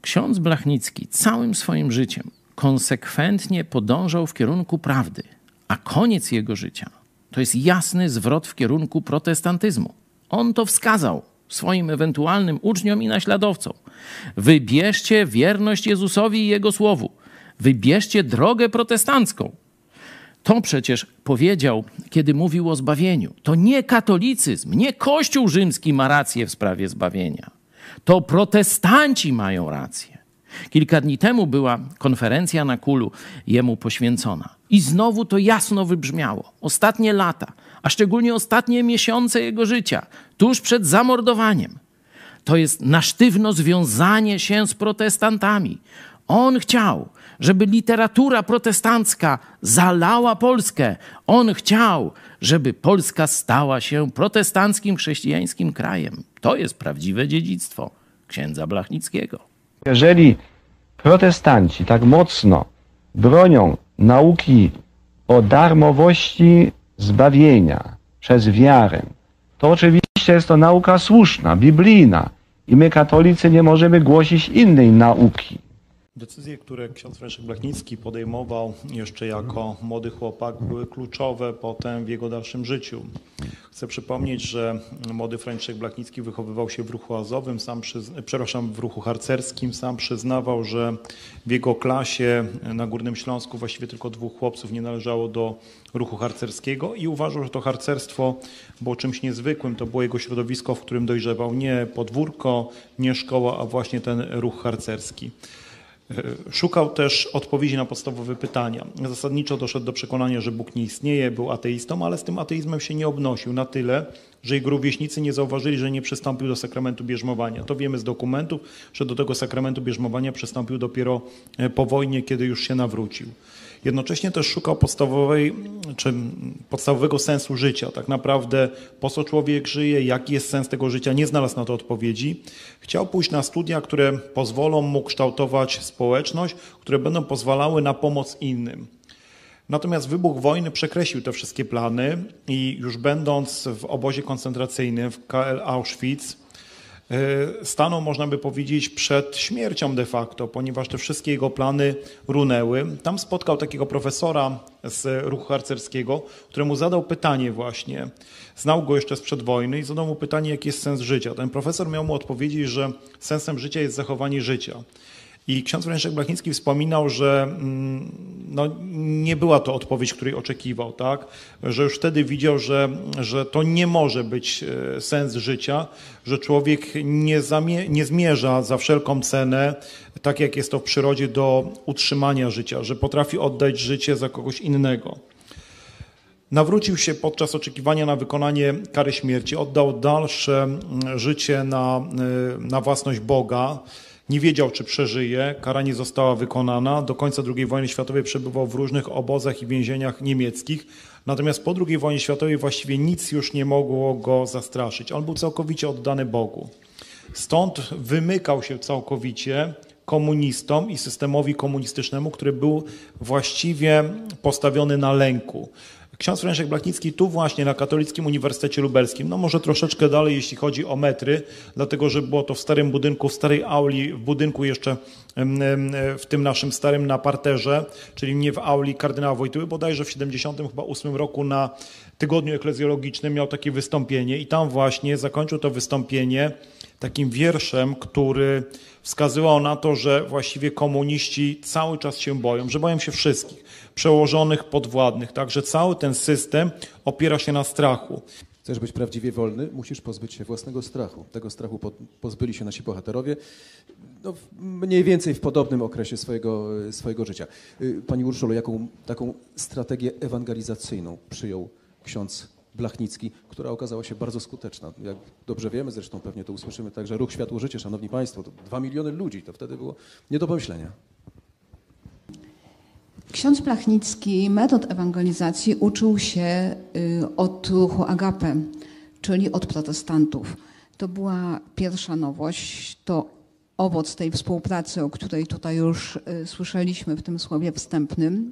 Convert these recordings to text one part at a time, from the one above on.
ksiądz Blachnicki całym swoim życiem konsekwentnie podążał w kierunku prawdy, a koniec jego życia to jest jasny zwrot w kierunku protestantyzmu. On to wskazał swoim ewentualnym uczniom i naśladowcom. Wybierzcie wierność Jezusowi i Jego słowu. Wybierzcie drogę protestancką. To przecież powiedział, kiedy mówił o zbawieniu. To nie katolicyzm, nie Kościół rzymski ma rację w sprawie zbawienia. To protestanci mają rację. Kilka dni temu była konferencja na Kulu jemu poświęcona. I znowu to jasno wybrzmiało. Ostatnie lata, a szczególnie ostatnie miesiące jego życia, tuż przed zamordowaniem, to jest na sztywno związanie się z protestantami. On chciał, żeby literatura protestancka zalała Polskę. On chciał, żeby Polska stała się protestanckim, chrześcijańskim krajem. To jest prawdziwe dziedzictwo księdza Blachnickiego. Jeżeli protestanci tak mocno bronią nauki o darmowości zbawienia przez wiarę, to oczywiście jest to nauka słuszna, biblijna i my katolicy nie możemy głosić innej nauki. Decyzje, które ksiądz Franciszek Blachnicki podejmował jeszcze jako młody chłopak, były kluczowe potem w jego dalszym życiu. Chcę przypomnieć, że młody Franciszek Blachnicki wychowywał się w ruchu azowym, w ruchu harcerskim. Sam przyznawał, że w jego klasie na Górnym Śląsku właściwie tylko 2 chłopców nie należało do ruchu harcerskiego i uważał, że to harcerstwo było czymś niezwykłym. To było jego środowisko, w którym dojrzewał. Nie podwórko, nie szkoła, a właśnie ten ruch harcerski. Szukał też odpowiedzi na podstawowe pytania. Zasadniczo doszedł do przekonania, że Bóg nie istnieje, był ateistą, ale z tym ateizmem się nie obnosił na tyle, że jego rówieśnicy nie zauważyli, że nie przystąpił do sakramentu bierzmowania. To wiemy z dokumentów, że do tego sakramentu bierzmowania przystąpił dopiero po wojnie, kiedy już się nawrócił. Jednocześnie też szukał podstawowego sensu życia. Tak naprawdę po co człowiek żyje, jaki jest sens tego życia, nie znalazł na to odpowiedzi. Chciał pójść na studia, które pozwolą mu kształtować społeczność, które będą pozwalały na pomoc innym. Natomiast wybuch wojny przekreślił te wszystkie plany i już będąc w obozie koncentracyjnym w KL Auschwitz, stanął, można by powiedzieć, przed śmiercią de facto, ponieważ te wszystkie jego plany runęły. Tam spotkał takiego profesora z ruchu harcerskiego, któremu zadał pytanie właśnie. Znał go jeszcze sprzed wojny i zadał mu pytanie, jaki jest sens życia. Ten profesor miał mu odpowiedzieć, że sensem życia jest zachowanie życia. I ksiądz Franciszek Blachnicki wspominał, że nie była to odpowiedź, której oczekiwał, tak? Że już wtedy widział, że to nie może być sens życia, że człowiek nie zmierza za wszelką cenę, tak jak jest to w przyrodzie, do utrzymania życia, że potrafi oddać życie za kogoś innego. Nawrócił się podczas oczekiwania na wykonanie kary śmierci, oddał dalsze życie na własność Boga. Nie wiedział, czy przeżyje, kara nie została wykonana. Do końca II wojny światowej przebywał w różnych obozach i więzieniach niemieckich. Natomiast po II wojnie światowej właściwie nic już nie mogło go zastraszyć. On był całkowicie oddany Bogu. Stąd wymykał się całkowicie komunistom i systemowi komunistycznemu, który był właściwie postawiony na lęku. Ksiądz Franciszek Blachnicki tu właśnie na Katolickim Uniwersytecie Lubelskim, może troszeczkę dalej, jeśli chodzi o metry, dlatego że było to w starym budynku, w starej auli, w budynku jeszcze w tym naszym starym na parterze, czyli nie w auli kardynała Wojtyły, bodajże w 78 roku na tygodniu eklezjologicznym miał takie wystąpienie i tam właśnie zakończył to wystąpienie takim wierszem, który wskazywał na to, że właściwie komuniści cały czas się boją, że boją się wszystkich, przełożonych, podwładnych, także cały ten system opiera się na strachu. Chcesz być prawdziwie wolny, musisz pozbyć się własnego strachu. Tego strachu pozbyli się nasi bohaterowie, mniej więcej w podobnym okresie swojego życia. Pani Urszulo, jaką taką strategię ewangelizacyjną przyjął ksiądz Blachnicki, która okazała się bardzo skuteczna? Jak dobrze wiemy, zresztą pewnie to usłyszymy także, ruch Światło-Życie, szanowni państwo, to 2 miliony ludzi, to wtedy było nie do pomyślenia. Ksiądz Blachnicki metod ewangelizacji uczył się od ruchu Agape, czyli od protestantów. To była pierwsza nowość, to owoc tej współpracy, o której tutaj już słyszeliśmy w tym słowie wstępnym.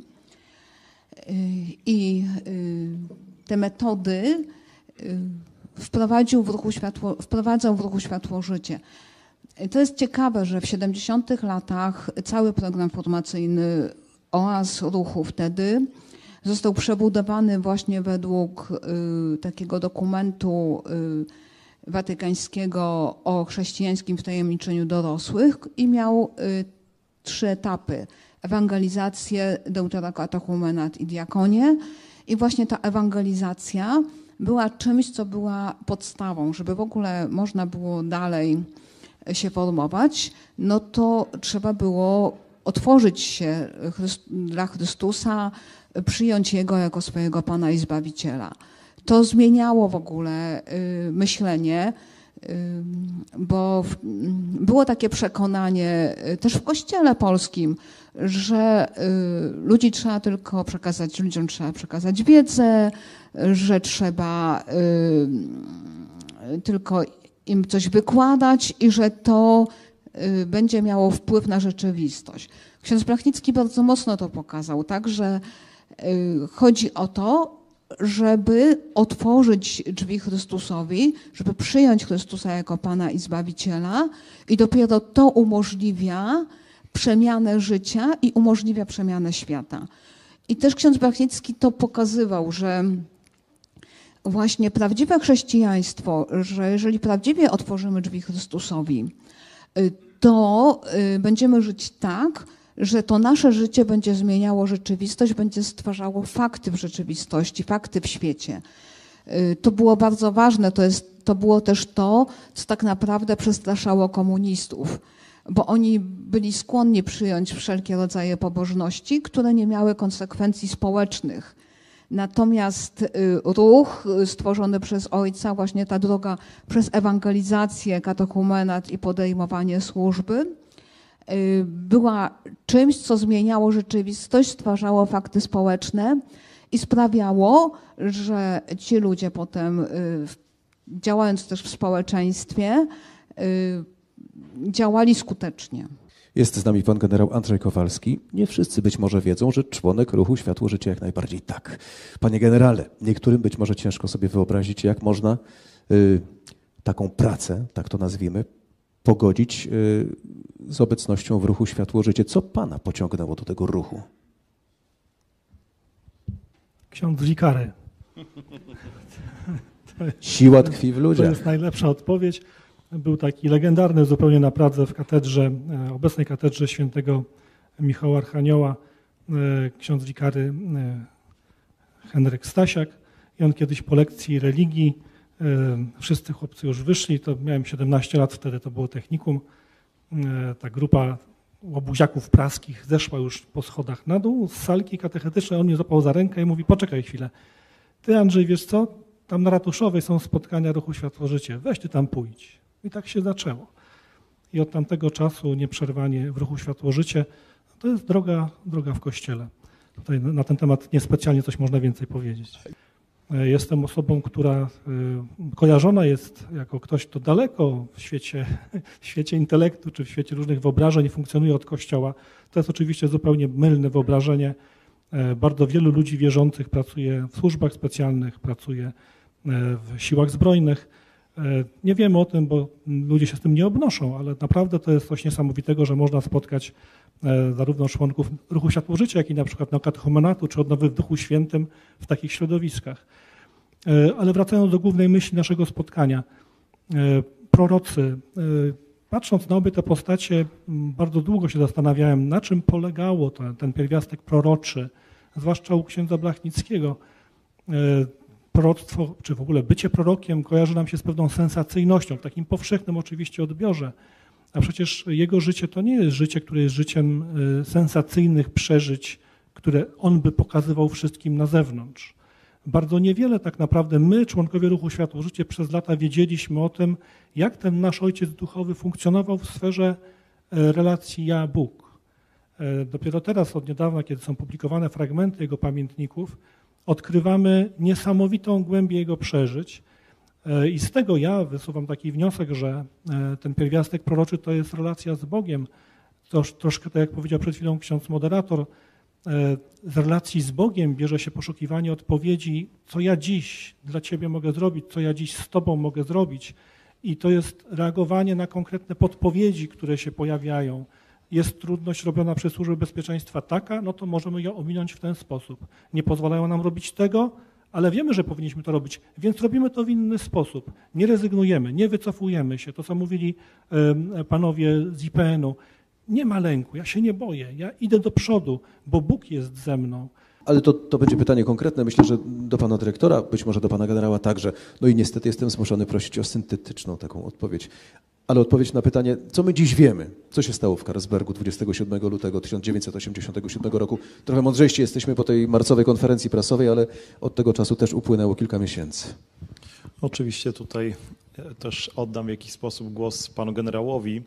I te metody wprowadzał w ruchu Światło-Życie. To jest ciekawe, że w 70 latach cały program formacyjny oaz ruchu wtedy został przebudowany właśnie według takiego dokumentu watykańskiego o chrześcijańskim wtajemniczeniu dorosłych i miał 3 etapy. Ewangelizację, deutera katechumenat i diakonię. I właśnie ta ewangelizacja była czymś, co była podstawą, żeby w ogóle można było dalej się formować, no to trzeba było otworzyć się dla Chrystusa, przyjąć Jego jako swojego Pana i Zbawiciela. To zmieniało w ogóle myślenie, bo było takie przekonanie też w Kościele polskim, że ludziom trzeba przekazać wiedzę, że trzeba tylko im coś wykładać i że to będzie miało wpływ na rzeczywistość. Ksiądz Blachnicki bardzo mocno to pokazał, tak, że chodzi o to, żeby otworzyć drzwi Chrystusowi, żeby przyjąć Chrystusa jako Pana i Zbawiciela i dopiero to umożliwia przemianę życia i umożliwia przemianę świata. I też ksiądz Blachnicki to pokazywał, że właśnie prawdziwe chrześcijaństwo, że jeżeli prawdziwie otworzymy drzwi Chrystusowi, to będziemy żyć tak, że to nasze życie będzie zmieniało rzeczywistość, będzie stwarzało fakty w rzeczywistości, fakty w świecie. To było bardzo ważne, to było też to, co tak naprawdę przestraszało komunistów, bo oni byli skłonni przyjąć wszelkie rodzaje pobożności, które nie miały konsekwencji społecznych. Natomiast ruch stworzony przez Ojca, właśnie ta droga przez ewangelizację, katechumenat i podejmowanie służby, była czymś, co zmieniało rzeczywistość, stwarzało fakty społeczne i sprawiało, że ci ludzie potem, działając też w społeczeństwie, działali skutecznie. Jest z nami pan generał Andrzej Kowalski. Nie wszyscy być może wiedzą, że członek ruchu Światło Życie jak najbardziej tak. Panie generale, niektórym być może ciężko sobie wyobrazić, jak można taką pracę, tak to nazwijmy, pogodzić z obecnością w ruchu Światło Życie. Co pana pociągnęło do tego ruchu? Ksiądz wikary. Siła tkwi w ludziach. To jest najlepsza odpowiedź. Był taki legendarny zupełnie na Pradze w katedrze, obecnej katedrze świętego Michała Archanioła, ksiądz wikary Henryk Stasiak. I on kiedyś po lekcji religii, wszyscy chłopcy już wyszli, to miałem 17 lat wtedy, to było technikum. Ta grupa łobuziaków praskich zeszła już po schodach na dół z salki katechetycznej. On mnie złapał za rękę i mówi: poczekaj chwilę. Ty, Andrzej, wiesz co? Tam na Ratuszowej są spotkania ruchu Światło Życie. Weź ty tam pójdź. I tak się zaczęło. I od tamtego czasu nieprzerwanie w ruchu Światło Życie. To jest droga w Kościele. Tutaj na ten temat niespecjalnie coś można więcej powiedzieć. Jestem osobą, która kojarzona jest jako ktoś, kto daleko w świecie intelektu czy w świecie różnych wyobrażeń funkcjonuje od Kościoła. To jest oczywiście zupełnie mylne wyobrażenie. Bardzo wielu ludzi wierzących pracuje w służbach specjalnych, pracuje w siłach zbrojnych. Nie wiemy o tym, bo ludzie się z tym nie obnoszą, ale naprawdę to jest coś niesamowitego, że można spotkać zarówno członków ruchu Światło Życia, jak i na przykład katechumenatu czy odnowy w Duchu Świętym w takich środowiskach. Ale wracając do głównej myśli naszego spotkania, prorocy. Patrząc na obie te postacie, bardzo długo się zastanawiałem, na czym polegało ten pierwiastek proroczy, zwłaszcza u księdza Blachnickiego. Proroctwo, czy w ogóle bycie prorokiem kojarzy nam się z pewną sensacyjnością, w takim powszechnym oczywiście odbiorze. A przecież jego życie to nie jest życie, które jest życiem sensacyjnych przeżyć, które on by pokazywał wszystkim na zewnątrz. Bardzo niewiele tak naprawdę my, członkowie ruchu Światło Życie, przez lata wiedzieliśmy o tym, jak ten nasz ojciec duchowy funkcjonował w sferze relacji ja-Bóg. Dopiero teraz, od niedawna, kiedy są publikowane fragmenty jego pamiętników, odkrywamy niesamowitą głębię jego przeżyć. I z tego ja wysuwam taki wniosek, że ten pierwiastek proroczy to jest relacja z Bogiem. Troszkę tak jak powiedział przed chwilą ksiądz moderator, z relacji z Bogiem bierze się poszukiwanie odpowiedzi, co ja dziś dla Ciebie mogę zrobić, co ja dziś z Tobą mogę zrobić. I to jest reagowanie na konkretne podpowiedzi, które się pojawiają. Jest trudność robiona przez Służbę Bezpieczeństwa taka, no to możemy ją ominąć w ten sposób. Nie pozwalają nam robić tego, ale wiemy, że powinniśmy to robić, więc robimy to w inny sposób. Nie rezygnujemy, nie wycofujemy się. To, co mówili panowie z IPN-u. Nie ma lęku, ja się nie boję, ja idę do przodu, bo Bóg jest ze mną. Ale to będzie pytanie konkretne, myślę, że do pana dyrektora, być może do pana generała także. No i niestety jestem zmuszony prosić o syntetyczną taką odpowiedź. Ale odpowiedź na pytanie, co my dziś wiemy, co się stało w Karlsbergu 27 lutego 1987 roku. Trochę mądrzejsi jesteśmy po tej marcowej konferencji prasowej, ale od tego czasu też upłynęło kilka miesięcy. Oczywiście tutaj też oddam w jakiś sposób głos panu generałowi.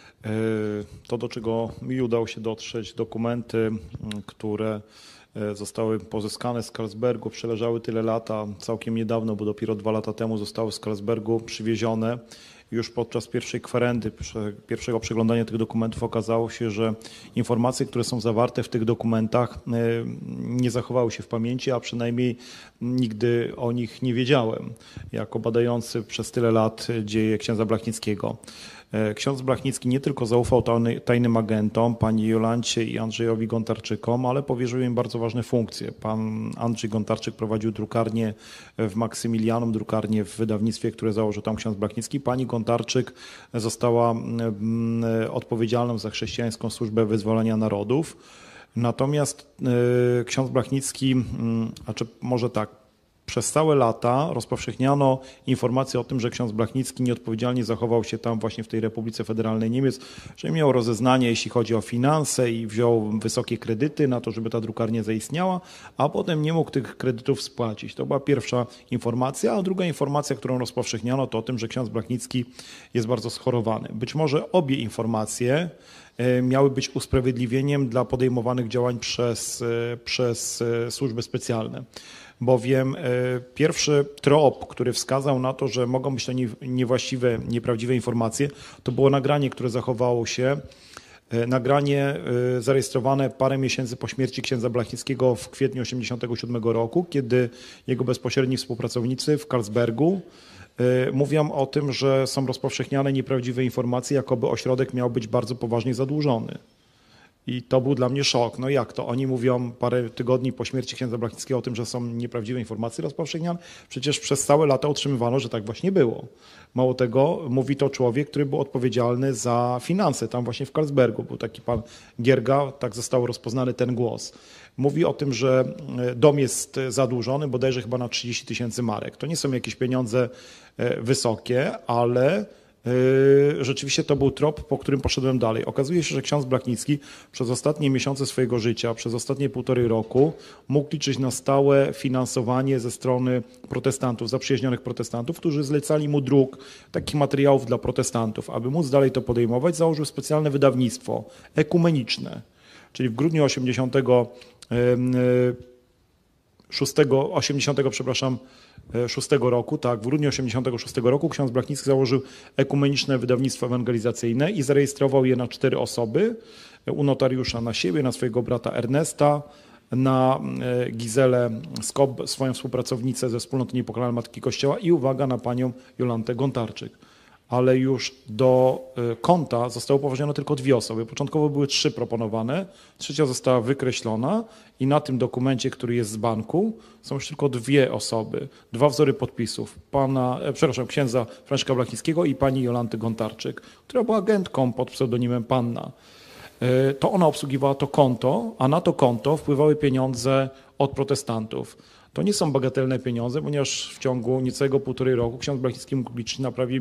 To, do czego mi udało się dotrzeć, dokumenty, które zostały pozyskane z Karlsbergu, przeleżały tyle lata, całkiem niedawno, bo dopiero 2 lata temu zostały z Karlsbergu przywiezione. Już podczas pierwszej kwerendy, pierwszego przeglądania tych dokumentów okazało się, że informacje, które są zawarte w tych dokumentach, nie zachowały się w pamięci, a przynajmniej nigdy o nich nie wiedziałem, jako badający przez tyle lat dzieje księdza Blachnickiego. Ksiądz Blachnicki nie tylko zaufał tajnym agentom, pani Jolancie i Andrzejowi Gontarczykom, ale powierzył im bardzo ważne funkcje. Pan Andrzej Gontarczyk prowadził drukarnię w Maksymilianum, drukarnię w wydawnictwie, które założył tam ksiądz Blachnicki. Pani Gontarczyk została odpowiedzialną za chrześcijańską służbę wyzwolenia narodów. Natomiast ksiądz Blachnicki, może tak, przez całe lata rozpowszechniano informacje o tym, że ksiądz Blachnicki nieodpowiedzialnie zachował się tam właśnie w tej Republice Federalnej Niemiec, że miał rozeznanie, jeśli chodzi o finanse i wziął wysokie kredyty na to, żeby ta drukarnia zaistniała, a potem nie mógł tych kredytów spłacić. To była pierwsza informacja, a druga informacja, którą rozpowszechniano, to o tym, że ksiądz Blachnicki jest bardzo schorowany. Być może obie informacje miały być usprawiedliwieniem dla podejmowanych działań przez służby specjalne. Bowiem pierwszy trop, który wskazał na to, że mogą być to niewłaściwe, nieprawdziwe informacje, to było nagranie, które zachowało się, nagranie zarejestrowane parę miesięcy po śmierci księdza Blachnickiego w kwietniu 1987 roku, kiedy jego bezpośredni współpracownicy w Karlsbergu mówią o tym, że są rozpowszechniane nieprawdziwe informacje, jakoby ośrodek miał być bardzo poważnie zadłużony. I to był dla mnie szok. No jak to? Oni mówią parę tygodni po śmierci księdza Blachnickiego o tym, że są nieprawdziwe informacje rozpowszechniane. Przecież przez całe lata utrzymywano, że tak właśnie było. Mało tego, mówi to człowiek, który był odpowiedzialny za finanse tam właśnie w Karlsbergu. Był taki pan Gierga, tak został rozpoznany ten głos. Mówi o tym, że dom jest zadłużony bodajże chyba na 30 000 marek. To nie są jakieś pieniądze wysokie, ale rzeczywiście to był trop, po którym poszedłem dalej. Okazuje się, że ksiądz Blachnicki przez ostatnie miesiące swojego życia, przez ostatnie 1,5 roku mógł liczyć na stałe finansowanie ze strony protestantów, zaprzyjaźnionych protestantów, którzy zlecali mu druk takich materiałów dla protestantów. Aby móc dalej to podejmować, założył specjalne wydawnictwo ekumeniczne, czyli w grudniu 86 roku, tak, w grudniu 86 roku ksiądz Blachnicki założył ekumeniczne wydawnictwo ewangelizacyjne i zarejestrował je na 4 osoby, u notariusza na siebie, na swojego brata Ernesta, na Gizelę Skob, swoją współpracownicę ze Wspólnoty Niepokalanej Matki Kościoła i uwaga, na panią Jolantę Gontarczyk. Ale już do konta zostały upoważnione tylko 2 osoby. Początkowo były 3 proponowane, 3. została wykreślona i na tym dokumencie, który jest z banku, są już tylko 2 osoby, 2 wzory podpisów. Księdza Franciszka Blachnickiego i pani Jolanty Gontarczyk, która była agentką pod pseudonimem Panna. To ona obsługiwała to konto, a na to konto wpływały pieniądze od protestantów. To nie są bagatelne pieniądze, ponieważ w ciągu niecałego 1,5 roku ksiądz Blachnicki mógł liczyć na prawie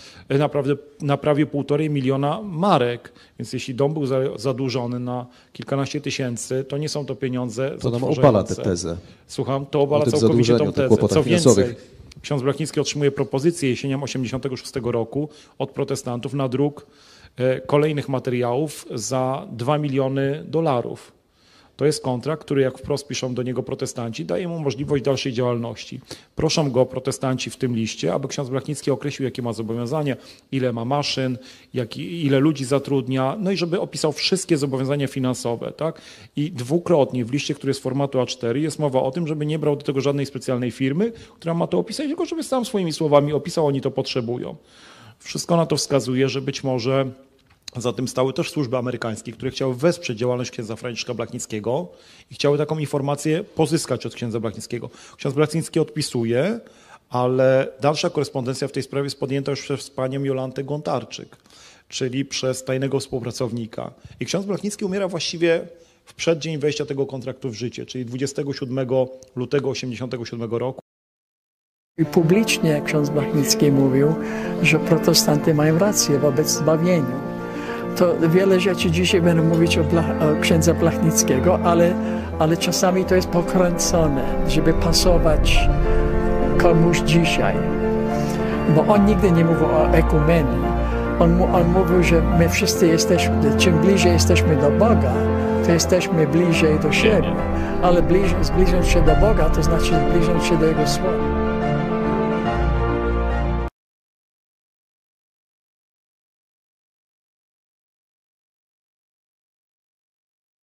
1,5 miliona marek. Więc jeśli dom był zadłużony na kilkanaście tysięcy, to nie są to pieniądze to nam opala tę tezę. Słucham, to obala całkowicie tą tezę. Co więcej, ksiądz Blachnicki otrzymuje propozycję jesienią 1986 roku od protestantów na druk kolejnych materiałów za $2 miliony. To jest kontrakt, który, jak wprost piszą do niego protestanci, daje mu możliwość dalszej działalności. Proszą go protestanci w tym liście, aby ksiądz Blachnicki określił, jakie ma zobowiązania, ile ma maszyn, ile ludzi zatrudnia, no i żeby opisał wszystkie zobowiązania finansowe. Tak? I dwukrotnie w liście, który jest formatu A4, jest mowa o tym, żeby nie brał do tego żadnej specjalnej firmy, która ma to opisać, tylko żeby sam swoimi słowami opisał, oni to potrzebują. Wszystko na to wskazuje, że być może za tym stały też służby amerykańskie, które chciały wesprzeć działalność księdza Franciszka Blachnickiego i chciały taką informację pozyskać od księdza Blachnickiego. Ksiądz Blachnicki odpisuje, ale dalsza korespondencja w tej sprawie jest podjęta już przez panią Jolantę Gontarczyk, czyli przez tajnego współpracownika. I ksiądz Blachnicki umiera właściwie w przeddzień wejścia tego kontraktu w życie, czyli 27 lutego 1987 roku. I publicznie ksiądz Blachnicki mówił, że protestanty mają rację wobec zbawienia. To wiele rzeczy dzisiaj będę mówić o księdza Blachnickiego, ale czasami to jest pokręcone, żeby pasować komuś dzisiaj. Bo on nigdy nie mówił o ekumenii. On mówił, że my wszyscy jesteśmy, czym bliżej jesteśmy do Boga, to jesteśmy bliżej do siebie. Ale zbliżąc się do Boga, to znaczy zbliżąc się do Jego Słowa.